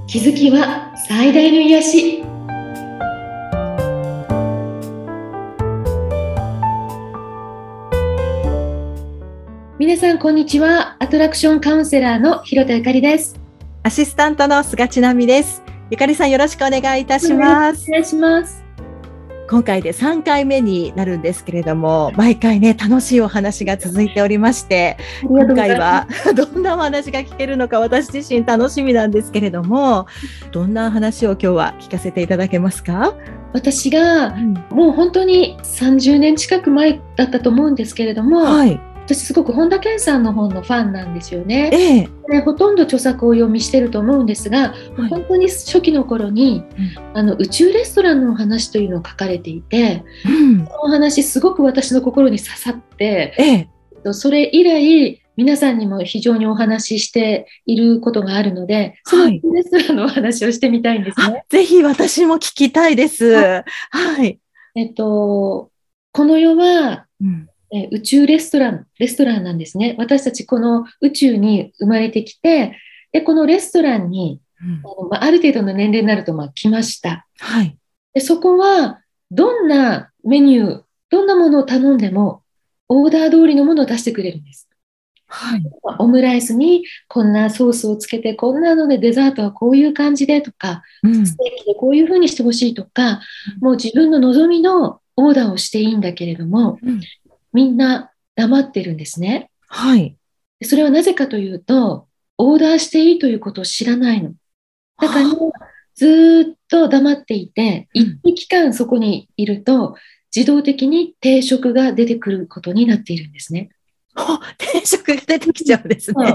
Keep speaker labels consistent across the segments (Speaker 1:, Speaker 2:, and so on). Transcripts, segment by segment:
Speaker 1: 気づきは最大の癒し。皆さんこんにちは。アトラクションカウンセラーの広田ゆかりです。
Speaker 2: アシスタントの菅千奈美です。ゆかりさん、よろしくお願いいたします。
Speaker 1: お願いします。
Speaker 2: 今回で3回目になるんですけれども、毎回ね、楽しいお話が続いておりまして、今回はどんなお話が聞けるのか私自身楽しみなんですけれども、どんな話を今日は聞かせていただけますか？
Speaker 1: 私がもう本当に30年近く前だったと思うんですけれども、
Speaker 2: はい、
Speaker 1: 私すごく本田健さんの本のファンなんですよね。
Speaker 2: で
Speaker 1: ほとんど著作を読みしてると思うんですが、本当に初期の頃に、宇宙レストランのお話というのを書かれていて、そのお話すごく私の心に刺さって、それ以来皆さんにも非常にお話ししていることがあるので、そのレストランのお話をしてみたいんですね。
Speaker 2: ぜひ私も聞きたいです。はい。
Speaker 1: この世は、宇宙レストランなんですね。私たちこの宇宙に生まれてきて、でこのレストランに、ある程度の年齢になると来ました。でそこはどんなメニュー、どんなものを頼んでもオーダー通りのものを出してくれるんです。オムライスにこんなソースをつけて、こんなのでデザートはこういう感じでとか、ステーキでこういう風にしてほしいとか、もう自分の望みのオーダーをしていいんだけれども、みんな黙ってるんですね。それはなぜかというと、オーダーしていいということを知らないの。だからずっと黙っていて、一定期間そこにいると自動的に定食が出てくることになっているんですね。
Speaker 2: 定食が出てきちゃうんですね。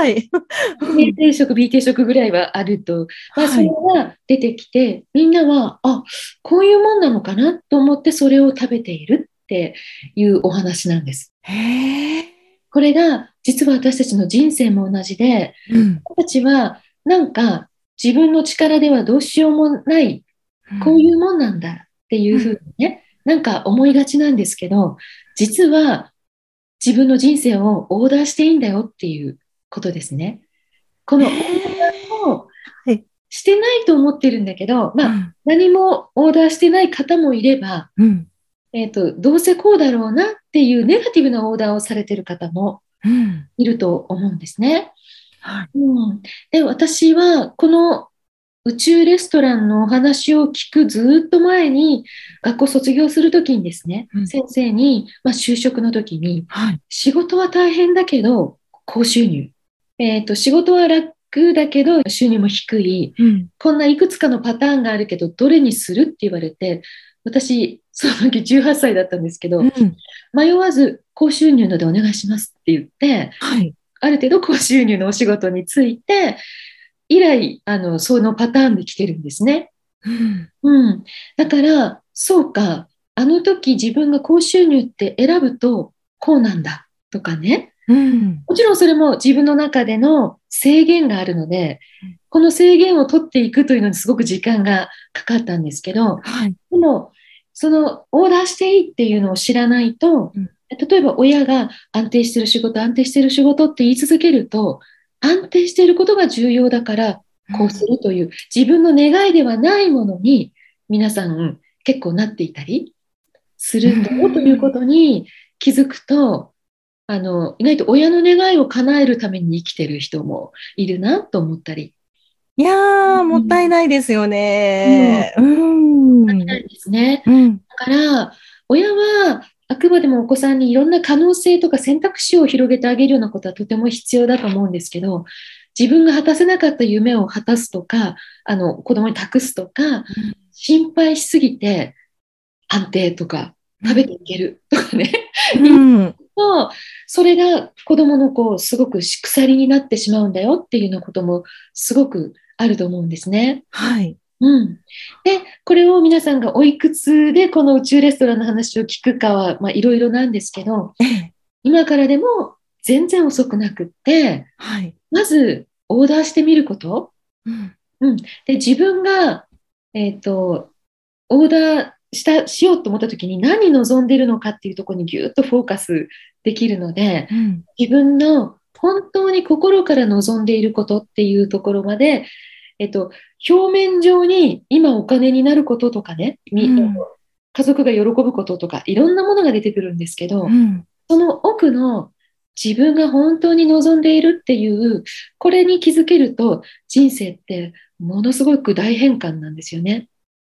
Speaker 1: A 定食、B 定食ぐらいはあると、それが出てきて、みんなはこういうもんなのかなと思ってそれを食べているっていうお話なんです。これが実は私たちの人生も同じで、私たちはなんか自分の力ではどうしようもない、こういうもんなんだっていうふうにね、なんか思いがちなんですけど、実は自分の人生をオーダーしていいんだよっていうことですね。このオーダーをしてないと思ってるんだけど、何もオーダーしてない方もいれば、どうせこうだろうなっていうネガティブなオーダーをされている方もいると思うんですね。で、私はこの宇宙レストランのお話を聞くずっと前に、学校卒業するときにですね、先生に、就職のときに、仕事は大変だけど高収入、仕事は楽だけど収入も低い、こんないくつかのパターンがあるけどどれにするって言われて、私その時18歳だったんですけど、迷わず高収入のでお願いしますって言って、ある程度高収入のお仕事について以来そのパターンで来てるんですね。だからそうか、あの時自分が高収入って選ぶとこうなんだとかね、もちろんそれも自分の中での制限があるので、この制限を取っていくというのにすごく時間がかかったんですけど、でもそのオーダーしていいっていうのを知らないと、例えば親が安定してる仕事って言い続けると、安定していることが重要だからこうするという自分の願いではないものに皆さん結構なっていたりするんだよということに気づくと、意外と親の願いを叶えるために生きてる人もいるなと思ったり。
Speaker 2: いやー、もったいないですよね。
Speaker 1: もったいないですね。だから親はあくまでもお子さんにいろんな可能性とか選択肢を広げてあげるようなことはとても必要だと思うんですけど、自分が果たせなかった夢を果たすとか、子供に託すとか、心配しすぎて安定とか食べていけるとかね、とそれが子供のすごく鎖になってしまうんだよっていうようなこともすごくあると思うんですね。で、これを皆さんがおいくつでこの宇宙レストランの話を聞くかはいろいろなんですけど、今からでも全然遅くなくって、まずオーダーしてみること、で自分が、オーダーしようと思った時に何望んでいるのかっていうところにぎゅっとフォーカスできるので、自分の本当に心から望んでいることっていうところまで表面上に今お金になることとかね、家族が喜ぶこととか、いろんなものが出てくるんですけど、その奥の自分が本当に望んでいるっていう、これに気づけると、人生ってものすごく大変換なんですよね。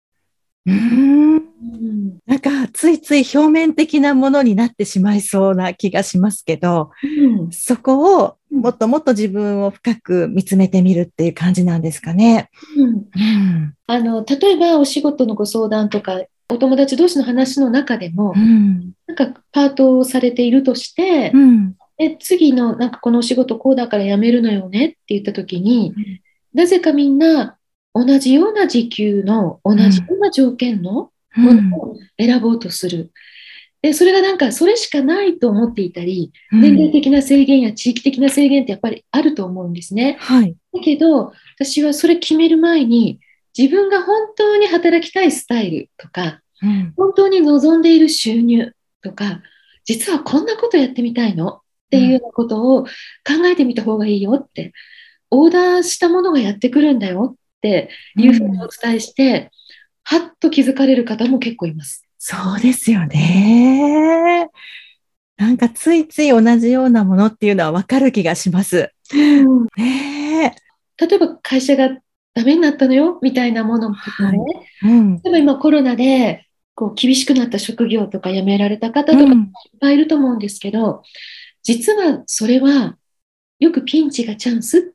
Speaker 2: なんかついつい表面的なものになってしまいそうな気がしますけど、そこをもっともっと自分を深く見つめてみるっていう感じなんですかね。
Speaker 1: 例えばお仕事のご相談とかお友達同士の話の中でも、なんかパートをされているとして、次のなんかこのお仕事こうだから辞めるのよねって言った時に、なぜかみんな同じような時給の同じような条件のものを選ぼうとする。で、それがなんかそれしかないと思っていたり、年齢的な制限や地域的な制限ってやっぱりあると思うんですね。だけど、私はそれ決める前に、自分が本当に働きたいスタイルとか、本当に望んでいる収入とか、実はこんなことやってみたいのっていうようなことを考えてみた方がいいよって、オーダーしたものがやってくるんだよっていうふうにお伝えして、はっと気づかれる方も結構います。
Speaker 2: そうですよね。なんかついつい同じようなものっていうのは分かる気がします。
Speaker 1: 例えば会社がダメになったのよみたいなものとかね。例えば今コロナでこう厳しくなった職業とか辞められた方とかいっぱいいると思うんですけど、実はそれはよくピンチがチャンスって、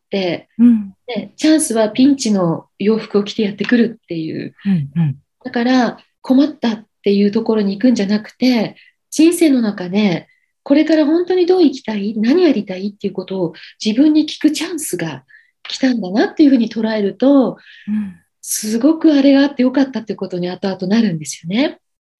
Speaker 1: チャンスはピンチの洋服を着てやってくるっていう。だから困ったっていうところに行くんじゃなくて、人生の中でこれから本当にどう生きたい、何やりたいっていうことを自分に聞くチャンスが来たんだなっていうふうに捉えると、すごくあれがあってよかったっていうことに後々なるんですよね。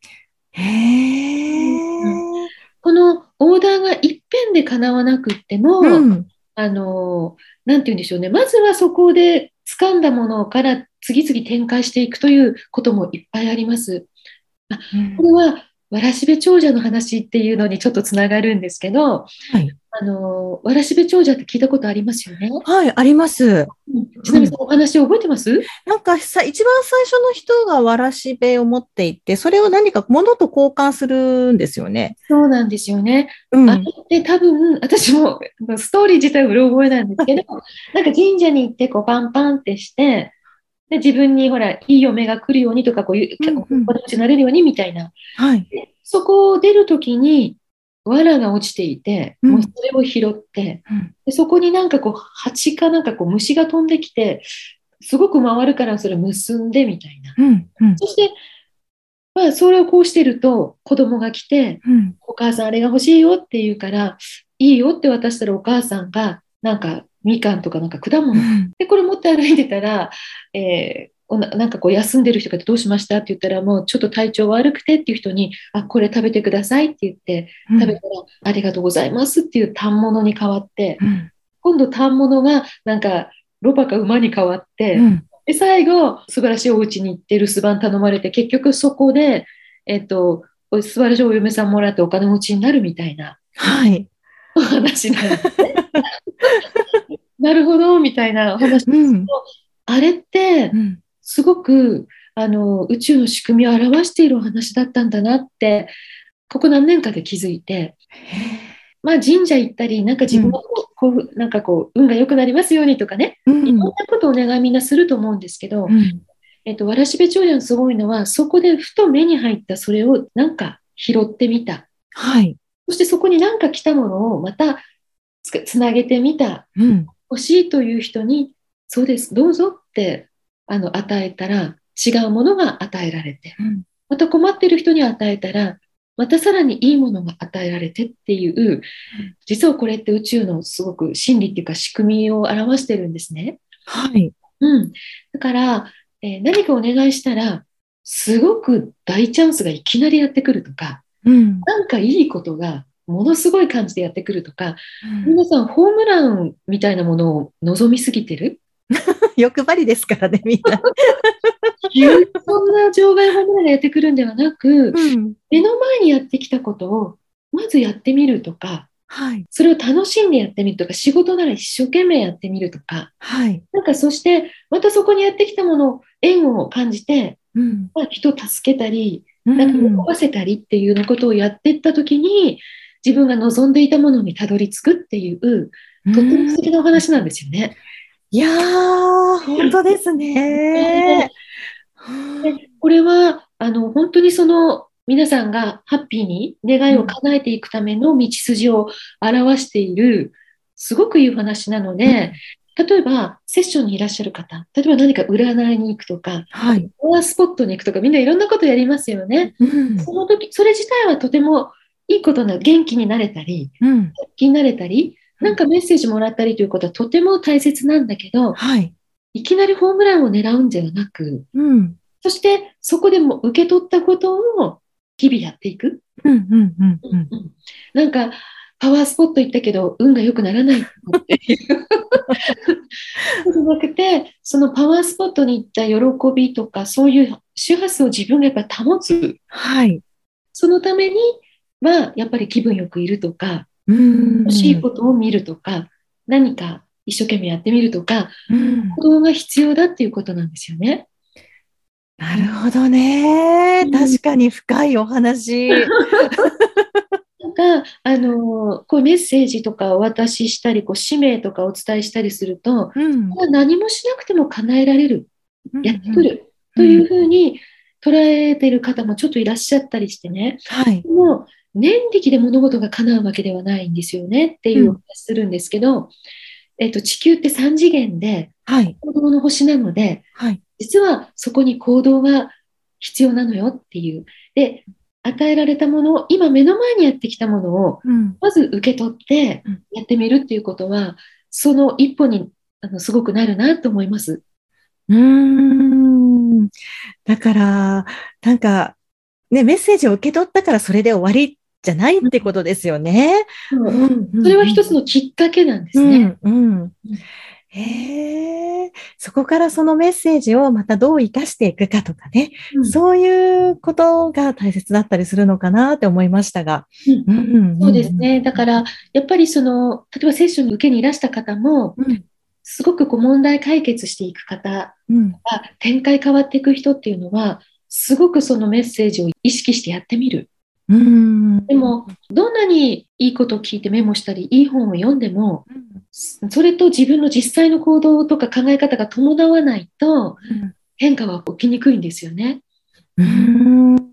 Speaker 1: このオーダーがいっぺんで叶わなくっても、なんて言うんでしょうね。まずはそこで掴んだものから次々展開していくということもいっぱいあります。これはわらしべ長者の話っていうのにちょっとつながるんですけど、わらしべ長者って聞いたことありますよね。
Speaker 2: はい、あります。
Speaker 1: ちなみにそのお話を覚えてます？
Speaker 2: なんか一番最初の人がわらしべを持っていて、それを何か物と交換するんですよね。
Speaker 1: そうなんですよね。あれって多分、私もストーリー自体はうろ覚えなんですけど、なんか神社に行ってこうパンパンってして、で自分にほら、いい嫁が来るようにとか、こういうお金持ちになれるようにみたいな。そこを出るときに、藁が落ちていて、もうそれを拾って、でそこになんかこう、蜂かなんかこう虫が飛んできて、すごく回るからそれ結んでみたいな。そして、まあ、それをこうしてると子供が来て、お母さんあれが欲しいよって言うから、いいよって渡したらお母さんが、なんかみかんとかなんか果物。で、これ持って歩いてたら、なんかこう休んでる人がどうしましたって言ったら、もうちょっと体調悪くてっていう人に、これ食べてくださいって言って、食べたら、ありがとうございますっていう反物に変わって、今度反物がなんかロバか馬に変わって、で最後素晴らしいお家に行って留守番頼まれて、結局そこで、素晴らしいお嫁さんもらってお金持ちになるみたいな、お話なんですね。なるほどみたいなお話ですけど、あれってすごく宇宙の仕組みを表しているお話だったんだなって、ここ何年かで気づいて、まあ、神社行ったり、なんか自分がなんかこう運が良くなりますようにとかね、いろんなことをお願いみんなすると思うんですけど、わらしべ長者のすごいのは、そこでふと目に入ったそれをなんか拾ってみた。そしてそこになんか来たものをまたつなげてみた。欲しいという人に、そうです、どうぞって与えたら、違うものが与えられて、また困ってる人に与えたら、またさらにいいものが与えられてっていう、実はこれって宇宙のすごく真理っていうか仕組みを表してるんですね。だから、何かお願いしたら、すごく大チャンスがいきなりやってくるとか、なんかいいことがものすごい感じでやってくるとか、皆さんホームランみたいなものを望みすぎてる？
Speaker 2: 欲張りですからね、みんな。
Speaker 1: そんな場外ホームランがやってくるんではなく、目の前にやってきたことをまずやってみるとか、
Speaker 2: はい。
Speaker 1: それを楽しんでやってみるとか、仕事なら一生懸命やってみるとか、
Speaker 2: はい。
Speaker 1: なんかそして、またそこにやってきたものを、縁を感じて、
Speaker 2: うん。
Speaker 1: まあ、人を助けたり、
Speaker 2: う
Speaker 1: なんか喜
Speaker 2: ん。
Speaker 1: ばせたりっていうようなことをやっていったときに、自分が望んでいたものにたどり着くっていう、
Speaker 2: う
Speaker 1: とっても素
Speaker 2: ん。
Speaker 1: 敵なお話なんですよね。
Speaker 2: いやー、本当ですね。
Speaker 1: で、これは、本当にその、皆さんがハッピーに願いを
Speaker 2: うん。
Speaker 1: 叶えていくための道筋を表している、すごくいいお話なので、
Speaker 2: うん。
Speaker 1: 例えば、セッションにいらっしゃる方、例えば何か占いに行くとか、あと、
Speaker 2: はい。
Speaker 1: パワースポットに行くとか、みんないろんなことやりますよね。
Speaker 2: うん。
Speaker 1: その時、それ自体はとてもいいことな、元気になれたり、
Speaker 2: うん。
Speaker 1: 元気になれたり、
Speaker 2: うん。
Speaker 1: なんかメッセージもらったりということはとても大切なんだけど、
Speaker 2: はい。
Speaker 1: いきなりホームランを狙うんではなく、
Speaker 2: うん。
Speaker 1: そしてそこでも受け取ったことを日々やっていく。
Speaker 2: うん。うん。うん。うん。
Speaker 1: うんうん、なんか、パワースポット行ったけど、運が良くならないっていうそうじゃなくて、そのパワースポットに行った喜びとか、そういう周波数を自分がやっぱり保つ。
Speaker 2: はい。
Speaker 1: そのためには、やっぱり気分よくいるとか、
Speaker 2: うん。
Speaker 1: 欲しいことを見るとか、何か一生懸命やってみるとか、
Speaker 2: うん。
Speaker 1: 行動が必要だっていうことなんですよね。
Speaker 2: なるほどね。
Speaker 1: うん、
Speaker 2: 確かに深いお話。
Speaker 1: なんか、こうメッセージとかお渡ししたり、こう使命とかお伝えしたりすると、
Speaker 2: うん。
Speaker 1: 何もしなくても叶えられる、
Speaker 2: うん。
Speaker 1: やってくる
Speaker 2: うん。
Speaker 1: という
Speaker 2: うん。
Speaker 1: ふうに捉えている方もちょっといらっしゃったりしてね、
Speaker 2: はい。
Speaker 1: でも念力で物事が叶うわけではないんですよねっていうお話
Speaker 2: うん。
Speaker 1: するんですけど、地球って3次元で
Speaker 2: はい。
Speaker 1: 行動の星なので、
Speaker 2: はい。
Speaker 1: 実はそこに行動が必要なのよっていう。で、与えられたものを、今目の前にやってきたものを、
Speaker 2: うん。
Speaker 1: まず受け取って
Speaker 2: うん。
Speaker 1: やってみるっていうことは、その一歩にすごくなるなと思います。
Speaker 2: うーん。だから、なんか、ね、メッセージを受け取ったからそれで終わりじゃないってことですよね。
Speaker 1: そう、
Speaker 2: うん。うん。
Speaker 1: それは一つのきっかけなんですね。
Speaker 2: うん。うん。へえ、そこからそのメッセージをまたどう生かしていくかとかね、
Speaker 1: うん、
Speaker 2: そういうことが大切だったりするのかなって思いましたが。
Speaker 1: うん、
Speaker 2: うん。うん。
Speaker 1: そうですね。だ
Speaker 2: うん。
Speaker 1: から、やっぱりその、例えばセッションに受けにいらした方も、
Speaker 2: うん。
Speaker 1: すごくこう問題解決していく方が、
Speaker 2: うん。
Speaker 1: 展開変わっていく人っていうのは、すごくそのメッセージを意識してやってみる。
Speaker 2: うん。
Speaker 1: でも、どんなにいいことを聞いてメモしたり、いい本を読んでも、
Speaker 2: うん。
Speaker 1: それと自分の実際の行動とか考え方が伴わないと、変化は起きにくいんですよね。
Speaker 2: うん。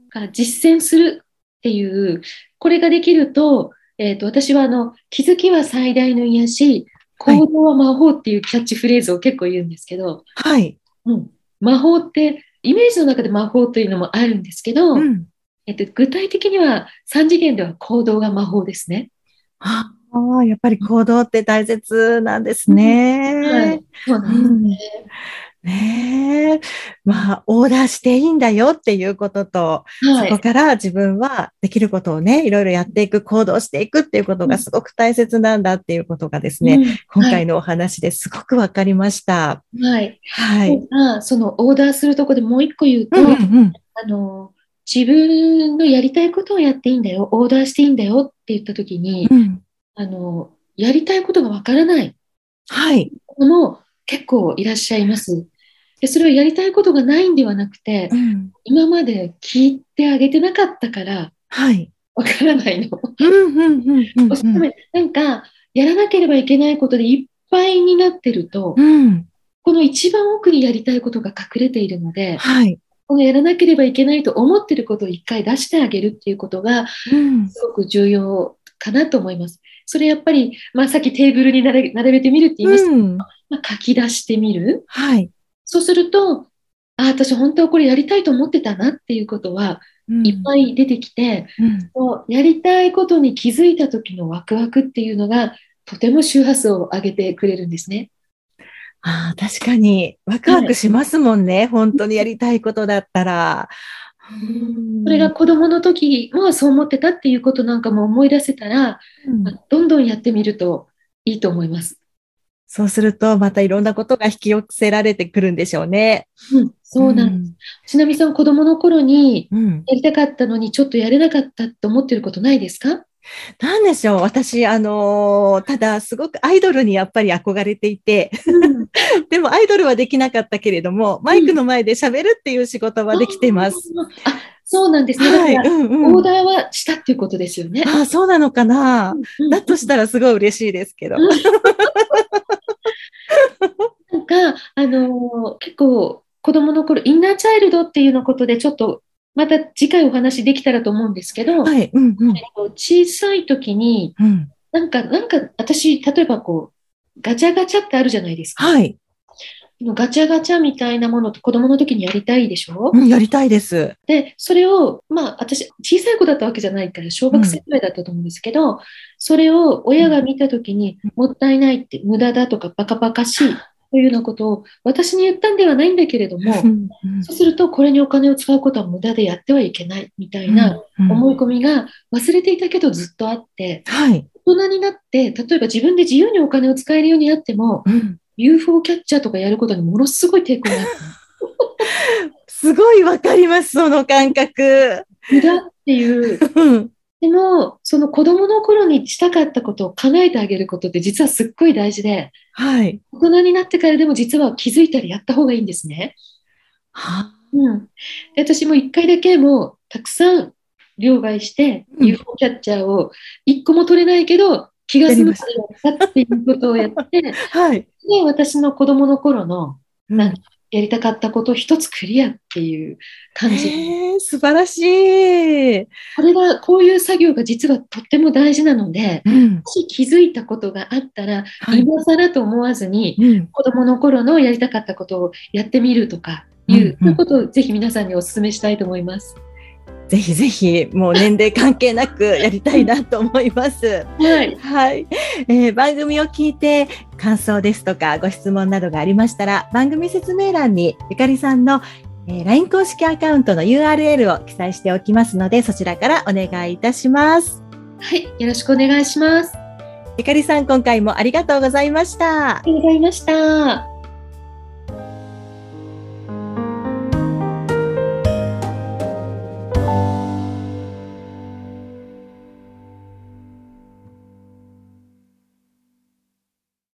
Speaker 1: だから実践するっていう、これができると、私は気づきは最大の癒し、
Speaker 2: はい。
Speaker 1: 行動は魔法っていうキャッチフレーズを結構言うんですけど、
Speaker 2: はい。
Speaker 1: うん、魔法って、イメージの中で魔法というのもあるんですけど、
Speaker 2: うん。
Speaker 1: 具体的には3次元では行動が魔法ですね。
Speaker 2: ああ、やっぱり行動って大切なんです
Speaker 1: うん、は
Speaker 2: ね。
Speaker 1: い、そうなんです
Speaker 2: うん。ねえ。まあ、オーダーしていいんだよっていうことと、
Speaker 1: ね。は
Speaker 2: そこ
Speaker 1: い。
Speaker 2: から自分はできることをね、いろいろやっていく、行動していくっていうこと
Speaker 1: うん、
Speaker 2: がすごく大切なんだっていうことがですね、
Speaker 1: うん、はい、
Speaker 2: 今回のお話ですごくわかりました。
Speaker 1: はい。
Speaker 2: はい。
Speaker 1: そのオーダーするところでもう一個言う
Speaker 2: うんう
Speaker 1: と、
Speaker 2: んうん。
Speaker 1: あの、自分のやりたいことをやっていいんだよ、オーダーしていいんだよって言ったときに、
Speaker 2: うん。
Speaker 1: やりたいことがわからない
Speaker 2: はい。
Speaker 1: 方も結構いらっしゃいます。で、それはやりたいことがないんではなくて、
Speaker 2: うん。
Speaker 1: 今まで聞いてあげてなかったから
Speaker 2: はい。
Speaker 1: わからないの。
Speaker 2: うんうんうんうんうん。
Speaker 1: なんか、やらなければいけないことでいっぱいになってると、
Speaker 2: うん。
Speaker 1: この一番奥にやりたいことが隠れているので、
Speaker 2: はい。
Speaker 1: このやらなければいけないと思っていることを一回出してあげるっていうことが
Speaker 2: うん。
Speaker 1: すごく重要かなと思います。それやっぱり、まあ、さっきテーブルに並べてみるって言いましたけど、
Speaker 2: うん。
Speaker 1: まあ、書き出してみる。
Speaker 2: はい。
Speaker 1: そうすると、あ、私本当はこれやりたいと思ってたなっていうことはいっ
Speaker 2: うん。
Speaker 1: ぱい出てきて、
Speaker 2: うん。
Speaker 1: やりたいことに気づいた時のワクワクっていうのがとても周波数を上げてくれるんですね。
Speaker 2: ああ、確かに、ワクワ
Speaker 1: はい。
Speaker 2: クしますもんね。本当にやりたいことだったら。う
Speaker 1: それが
Speaker 2: ん。
Speaker 1: 子供の時もそう思ってたっていうことなんかも思い出せたら、
Speaker 2: うん。
Speaker 1: どんどんやってみるといいと思います。
Speaker 2: そうすると、またいろんなことが引き寄せられてくるんでしょうね。
Speaker 1: うん、
Speaker 2: う
Speaker 1: そうなんです。
Speaker 2: ん。
Speaker 1: ちなみさん、子供の頃に
Speaker 2: うん。
Speaker 1: やりたかったのにちょっとやれなかったと思ってることないですか？
Speaker 2: なんでしょう。私、ただ、すごくアイドルにやっぱり憧れていて、
Speaker 1: うん、
Speaker 2: でもアイドルはできなかったけれども、マイクの前で喋るっていう仕事はできてます。
Speaker 1: そうなんですね。だか
Speaker 2: はい、う
Speaker 1: ら、
Speaker 2: んうん。
Speaker 1: オーダーはしたっていうことですよね。
Speaker 2: ああ、そうなのかな。
Speaker 1: うんうんうん、
Speaker 2: だとしたらすごい嬉しいですけど。
Speaker 1: なんか、結構、子供の頃、インナーチャイルドっていうのことで、ちょっと、また次回お話できたらと思うんですけど、
Speaker 2: はい、うんうん。
Speaker 1: 小さい時に、
Speaker 2: うん。
Speaker 1: 私、例えばガチャガチャってあるじゃないですか。
Speaker 2: はい。
Speaker 1: ガチャガチャみたいなものって子供の時にやりたいでしょ？
Speaker 2: うん、やりたいです。
Speaker 1: で、それを、私、小さい子だったわけじゃないから、小学生
Speaker 2: うん。
Speaker 1: くらいだったと思うんですけど、それを親が見た時に、もったいないって、無駄だとか、バカバカしいというようなことを、私に言ったんではないんだけれども、
Speaker 2: うんうん
Speaker 1: そうすると、これにお金を使うことは無駄でやってはいけないみたいな
Speaker 2: うんうん。
Speaker 1: 思い込みが忘れていたけどずっとあって、
Speaker 2: はい。
Speaker 1: 大人になって、例えば自分で自由にお金を使えるようになっても、
Speaker 2: うん。
Speaker 1: UFO キャッチャーとかやることにものすごい抵抗がある。
Speaker 2: すごいわかります、その感覚。
Speaker 1: 無駄っていう、
Speaker 2: うん。
Speaker 1: でも、その子供の頃にしたかったことを叶えてあげることって実はすっごい大事で、
Speaker 2: はい。
Speaker 1: 大人になってからでも実は気づいたらやった方がいいんですね。
Speaker 2: は、
Speaker 1: うん。で、私も一回だけもうたくさん両替して
Speaker 2: うん。
Speaker 1: UFO キャッチャーを一個も取れないけど気が済むま
Speaker 2: やりました。
Speaker 1: でやったっていうことをやって、で、
Speaker 2: はい。
Speaker 1: 私の子供の頃のなんか
Speaker 2: うん。
Speaker 1: やりたかったことを一つクリアっていう感じ。
Speaker 2: へえ、素晴らしい。
Speaker 1: こういう作業が実はとっても大事なので、
Speaker 2: うん。
Speaker 1: もし気づいたことがあったら、
Speaker 2: はい。
Speaker 1: 今更と思わずに、
Speaker 2: うん。
Speaker 1: 子供の頃のやりたかったことをやってみるとか
Speaker 2: うんうん。
Speaker 1: そういうことをぜひ皆さんにお勧めしたいと思います。
Speaker 2: ぜひぜひ、もう年齢関係なくやりたいなと思います。
Speaker 1: はい。
Speaker 2: はい、番組を聞いて感想ですとかご質問などがありましたら、番組説明欄にゆかりさんの、LINE 公式アカウントの URL を記載しておきますので、そちらからお願いいたします。
Speaker 1: はい。よろしくお願いします。あ
Speaker 2: ゆかりさん、今回もありがとうございました。
Speaker 1: りがとうございました。